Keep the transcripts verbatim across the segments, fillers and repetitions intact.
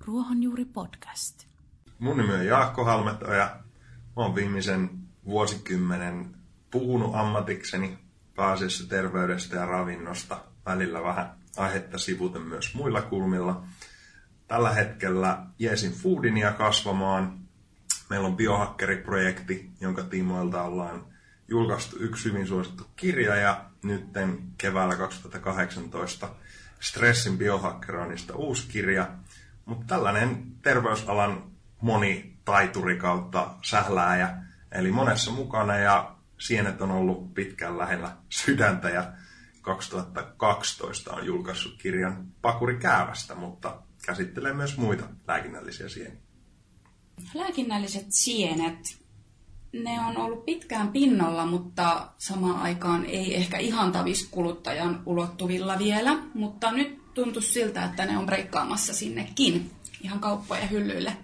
Ruohonjuuri podcast. Mun nimi on Jaakko Halmeto ja mä oon viimeisen vuosikymmenen puhunut ammatikseni pääasiassa terveydestä ja ravinnosta. Välillä vähän aihetta sivuten myös muilla kulmilla. Tällä hetkellä jeesin foodinia kasvamaan. Meillä on biohakkeriprojekti, jonka tiimoilta ollaan julkaistu yksi hyvin suosittu kirja ja nytten keväällä kaksituhattakahdeksantoista Stressin biohakkeroinnista uusi kirja. Mutta tällainen terveysalan monitaituri kautta sählääjä, eli monessa mukana ja sienet on ollut pitkään lähellä sydäntä ja kaksituhattakaksitoista on julkaissut kirjan Pakuri käävästä, mutta käsittelee myös muita lääkinnällisiä sieniä. Lääkinnälliset sienet, ne on ollut pitkään pinnalla, mutta samaan aikaan ei ehkä ihan taviskuluttajan ulottuvilla vielä, mutta nyt tuntuu siltä, että ne on breikkaamassa sinnekin ihan kauppojen hyllyille.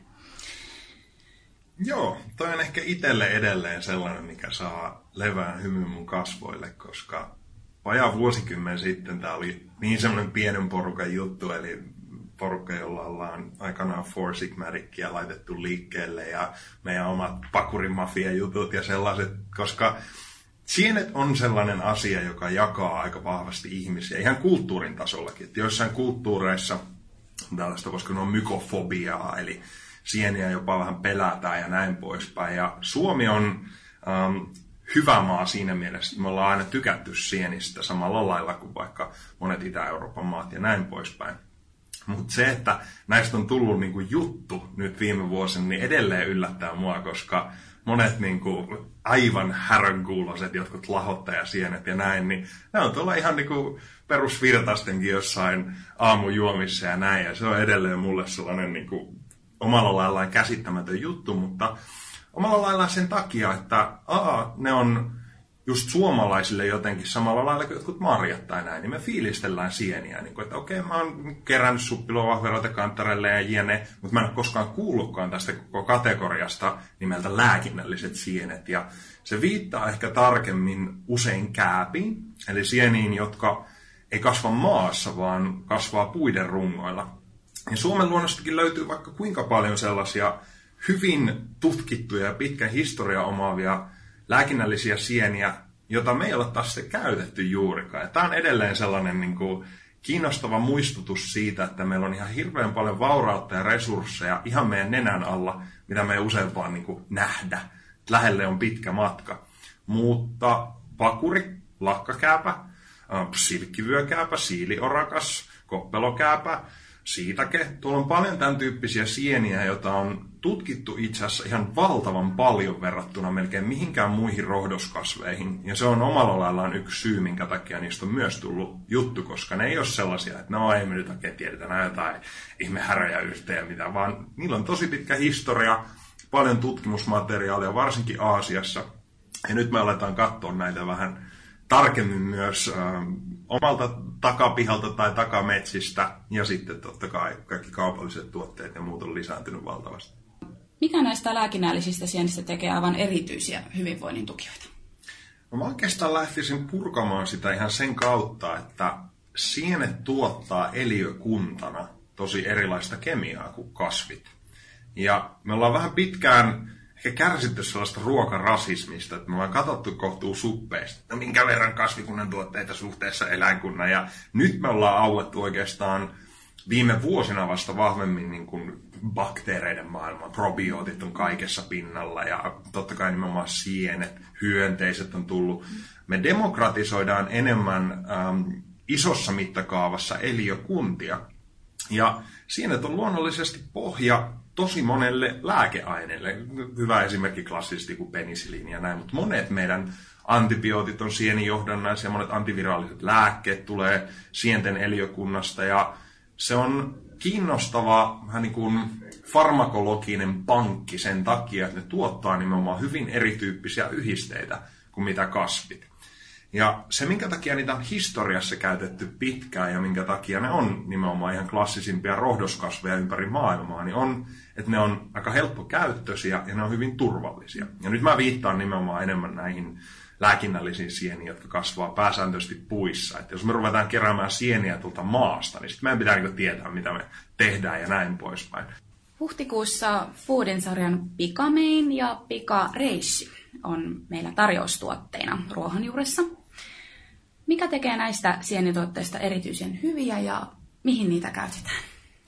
Joo, toi on ehkä itselle edelleen sellainen, mikä saa levään hymyn mun kasvoille, koska vajaa vuosikymmen sitten tämä oli niin semmoinen pienen porukan juttu, eli porukka, jolla ollaan aikanaan Four Sigmaticia laitettu liikkeelle ja meidän omat pakurimafia-jutut ja sellaiset, koska sienet on sellainen asia, joka jakaa aika vahvasti ihmisiä, ihan kulttuurin tasollakin. Että joissain kulttuureissa tällaista, koska ne on mykofobiaa, eli sieniä jopa vähän pelätään ja näin poispäin. Ja Suomi on ähm, hyvä maa siinä mielessä, että me ollaan aina tykätty sienistä samalla lailla kuin vaikka monet Itä-Euroopan maat ja näin poispäin. Mutta se, että näistä on tullut niinku juttu nyt viime vuosina, niin edelleen yllättää mua, koska monet niinku aivan härönkuuloiset jotkut lahottajasienet ja näin, niin ne on tuolla ihan niinku perusvirtaistenkin jossain aamujuomissa ja näin. Ja se on edelleen mulle sellainen niinku omalla laillaan käsittämätön juttu, mutta omalla laillaan sen takia, että aa, ne on just suomalaisille jotenkin samalla lailla kuin jotkut marjat tai näin, niin me fiilistellään sieniä. Niin kuin, että okei, mä oon kerännyt suppilovahveroita kantarelle ja jne, mutta mä en ole koskaan kuullutkaan tästä koko kategoriasta nimeltä lääkinnälliset sienet. Ja se viittaa ehkä tarkemmin usein kääpiin, eli sieniin, jotka ei kasva maassa, vaan kasvaa puiden rungoilla. Ja Suomen luonnostakin löytyy vaikka kuinka paljon sellaisia hyvin tutkittuja ja pitkän historiaa omaavia lääkinnällisiä sieniä, jota me ei ole taas sitten käytetty juurikaan. Ja tämä on edelleen sellainen niin kuin kiinnostava muistutus siitä, että meillä on ihan hirveän paljon vaurautta ja resursseja ihan meidän nenän alla, mitä me ei usein vaan niin kuin nähdä. Lähelle on pitkä matka. Mutta pakuri, lakkakääpä, silkkivyökääpä, siiliorakas, koppelokääpä, siitake. Tuolla on paljon tämän tyyppisiä sieniä, joita on tutkittu itse asiassa ihan valtavan paljon verrattuna melkein mihinkään muihin rohdoskasveihin. Ja se on omalla laillaan yksi syy, minkä takia niistä on myös tullut juttu, koska ne ei ole sellaisia, että no ei me nyt oikein tiedetä nää jotain ihme häröjä yhteen ja mitä, vaan niillä on tosi pitkä historia, paljon tutkimusmateriaalia, varsinkin Aasiassa. Ja nyt me aletaan katsoa näitä vähän tarkemmin myös ähm, omalta takapihalta tai takametsistä, ja sitten totta kai kaikki kaupalliset tuotteet ja muut on lisääntynyt valtavasti. Mikä näistä lääkinnällisistä sienistä tekee aivan erityisiä hyvinvoinnin tukijoita? No, mä oikeastaan lähtisin purkamaan sitä ihan sen kautta, että sienet tuottaa eliökuntana tosi erilaista kemiaa kuin kasvit. Ja me ollaan vähän pitkään ehkä kärsitty sellaista ruokarasismista, että me ollaan katsottu kohtuu suppeista, no minkä verran kasvikunnan tuotteita suhteessa eläinkunnan. Ja nyt me ollaan auettu oikeastaan viime vuosina vasta vahvemmin niin kuin bakteereiden maailman. Probiootit on kaikessa pinnalla ja totta kai nimenomaan sienet, hyönteiset on tullut. Me demokratisoidaan enemmän ähm, isossa mittakaavassa eliökuntia. Ja sienet on luonnollisesti pohja tosi monelle lääkeaineelle. Hyvä esimerkki klassisesti kuin penisiliini ja näin, mutta monet meidän antibiootit on sienijohdannaisia, monet antiviraaliset lääkkeet tulee sienten eliökunnasta ja se on kiinnostava vähän niin kuin farmakologinen pankki sen takia, että ne tuottaa nimenomaan hyvin erityyppisiä yhdisteitä kuin mitä kasvit. Ja se, minkä takia niitä on historiassa käytetty pitkään ja minkä takia ne on nimenomaan ihan klassisimpia rohdoskasveja ympäri maailmaa, niin on, että ne on aika helppokäyttöisiä ja ne on hyvin turvallisia. Ja nyt mä viittaan nimenomaan enemmän näihin lääkinnällisiä sieniä, jotka kasvaa pääsääntöisesti puissa. Että jos me ruvetaan keräämään sieniä tuolta maasta, niin sitten meidän pitää niin tietää, mitä me tehdään ja näin poispäin. Huhtikuussa Foodin sarjan Pikamein ja Pikareissi on meillä tarjoustuotteina ruohonjuuressa. Mikä tekee näistä sienituotteista erityisen hyviä ja mihin niitä käytetään?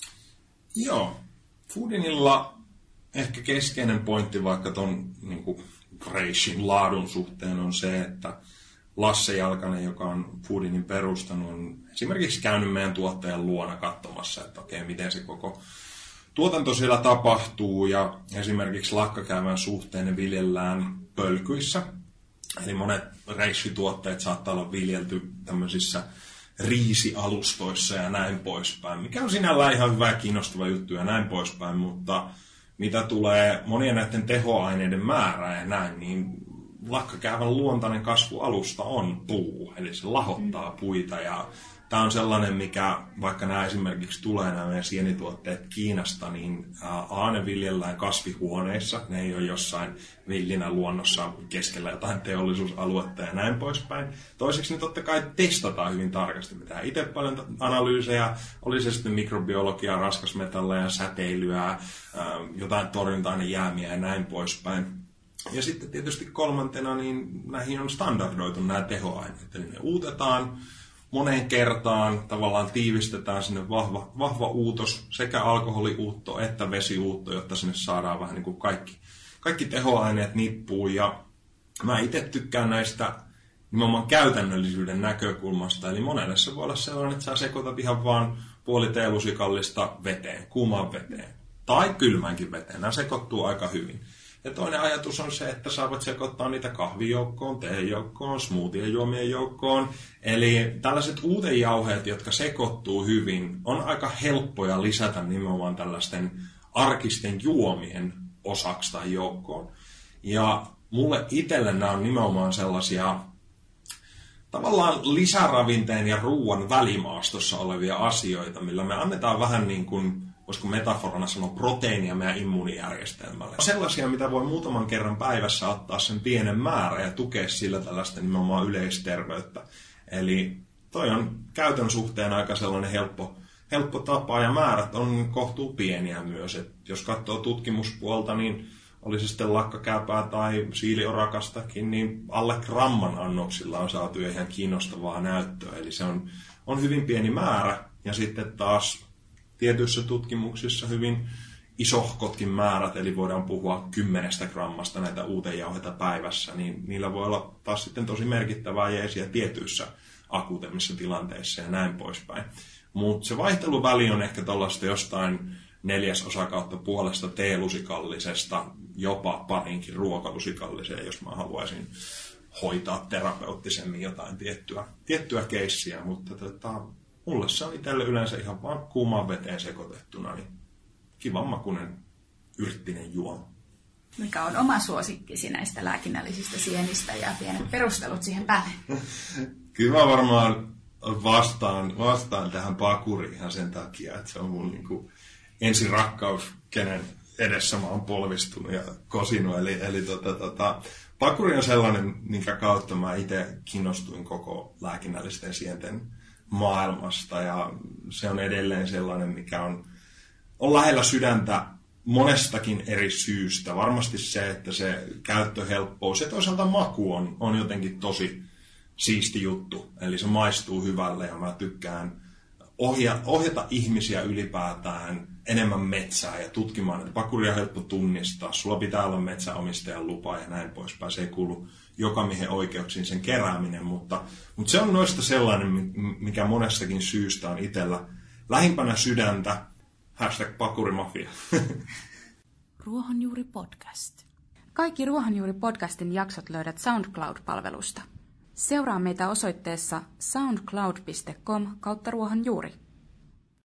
Joo, Foodinilla ehkä keskeinen pointti vaikka ton niin Reissin laadun suhteen on se, että Lasse Jalkanen, joka on Foodinin perustanut, on esimerkiksi käynyt meidän tuottajan luona katsomassa, että okei, miten se koko tuotanto siellä tapahtuu, ja esimerkiksi lakkakäymän suhteen ne viljellään pölkyissä. Eli monet reissituotteet saattaa olla viljelty tämmöisissä riisialustoissa ja näin poispäin, mikä on sinällään ihan hyvä ja kiinnostava juttu ja näin poispäin, mutta mitä tulee monien näiden tehoaineiden määrään ja näin, niin lakkakäyvän luontainen kasvualusta on puu, eli se lahottaa puita, ja tämä on sellainen, mikä, vaikka nämä esimerkiksi tulee nämä meidän sienituotteet Kiinasta, niin A, ne viljellään kasvihuoneissa, ne ei ole jossain villinä luonnossa keskellä jotain teollisuusaluetta ja näin poispäin. Toiseksi ne totta kai testataan hyvin tarkasti. Me tehdään itse paljon analyysejä, oli se sitten mikrobiologiaa, raskasmetalleja, säteilyä, jotain torjunta-ainejäämiä ja näin poispäin. Ja sitten tietysti kolmantena, niin näihin on standardoitu nämä tehoaineet, eli ne uutetaan moneen kertaan, tavallaan tiivistetään sinne vahva, vahva uutos, sekä alkoholiuutto että vesiuutto, jotta sinne saadaan vähän niin kuin kaikki, kaikki tehoaineet nippuun. Ja mä itse tykkään näistä nimenomaan käytännöllisyyden näkökulmasta, eli monelle se voi olla sellainen, että sä sekoitat ihan vaan puoli teelusikallista veteen, kuumaan veteen, tai kylmänkin veteen, nämä sekoittuu aika hyvin. Ja toinen ajatus on se, että sä voit sekoittaa niitä kahvijoukkoon, teejoukkoon, smoothien juomien joukkoon. Eli tällaiset uutejauheet, jotka sekoittuu hyvin, on aika helppoja lisätä nimenomaan tällaisten arkisten juomien osaksi tai joukkoon. Ja mulle itselle nämä on nimenomaan sellaisia tavallaan lisäravinteen ja ruoan välimaastossa olevia asioita, millä me annetaan vähän niin kuin, voisiko metaforana sanoa, proteiinia meidän immuunijärjestelmälle. Sellaisia, mitä voi muutaman kerran päivässä ottaa sen pienen määrän ja tukea sillä tällaista nimenomaan yleisterveyttä. Eli toi on käytön suhteen aika sellainen helppo, helppo tapa, ja määrät on kohtuu pieniä myös. Et jos katsoo tutkimuspuolta, niin oli se sitten lakkakäpää tai siiliourakastakin, niin alle gramman annoksilla on saatu ihan kiinnostavaa näyttöä. Eli se on, on hyvin pieni määrä, ja sitten taas tietyissä tutkimuksissa hyvin isohkotkin määrät, eli voidaan puhua kymmenestä grammasta näitä uutejauheita päivässä, niin niillä voi olla taas sitten tosi merkittävää jeesiä tietyissä akuutemmissa tilanteissa ja näin poispäin. Mutta se vaihteluväli on ehkä tuollaista jostain neljäsosa kautta puolesta teelusikallisesta jopa parinkin ruokalusikalliseen, jos mä haluaisin hoitaa terapeuttisemmin jotain tiettyä, tiettyä keissiä, mutta tota, mulle se on itselle yleensä ihan vaan kuumaan veteen sekoitettuna, niin kivan makuinen yrttinen juoma. Mikä on oma suosikkisi näistä lääkinnällisistä sienistä ja pienet perustelut siihen päälle? Kyllä mä varmaan vastaan, vastaan tähän pakuriin ihan sen takia, että se on mun niin kuin ensirakkaus, kenen edessä mä oon polvistunut ja kosinut. Eli, eli tota, tota, pakuri on sellainen, minkä kautta mä itse kiinnostuin koko lääkinnällisten sienten maailmasta, ja se on edelleen sellainen, mikä on, on lähellä sydäntä monestakin eri syystä. Varmasti se, että se käyttöhelppous ja toisaalta maku on, on jotenkin tosi siisti juttu. Eli se maistuu hyvälle, ja mä tykkään ohja, ohjata ihmisiä ylipäätään enemmän metsää ja tutkimaan, että pakuria on helppo tunnistaa. Sulla pitää olla metsäomistajan lupa ja näin poispäin. Se ei kuulu jokamiehen oikeuksiin sen kerääminen, mutta, mutta se on noista sellainen, mikä monestakin syystä on itsellä lähimpänä sydäntä. Hashtag pakurimafia. Ruohonjuuri podcast. Kaikki Ruohonjuuri podcastin jaksot löydät SoundCloud-palvelusta. Seuraa meitä osoitteessa soundcloud piste com kautta ruohonjuuri.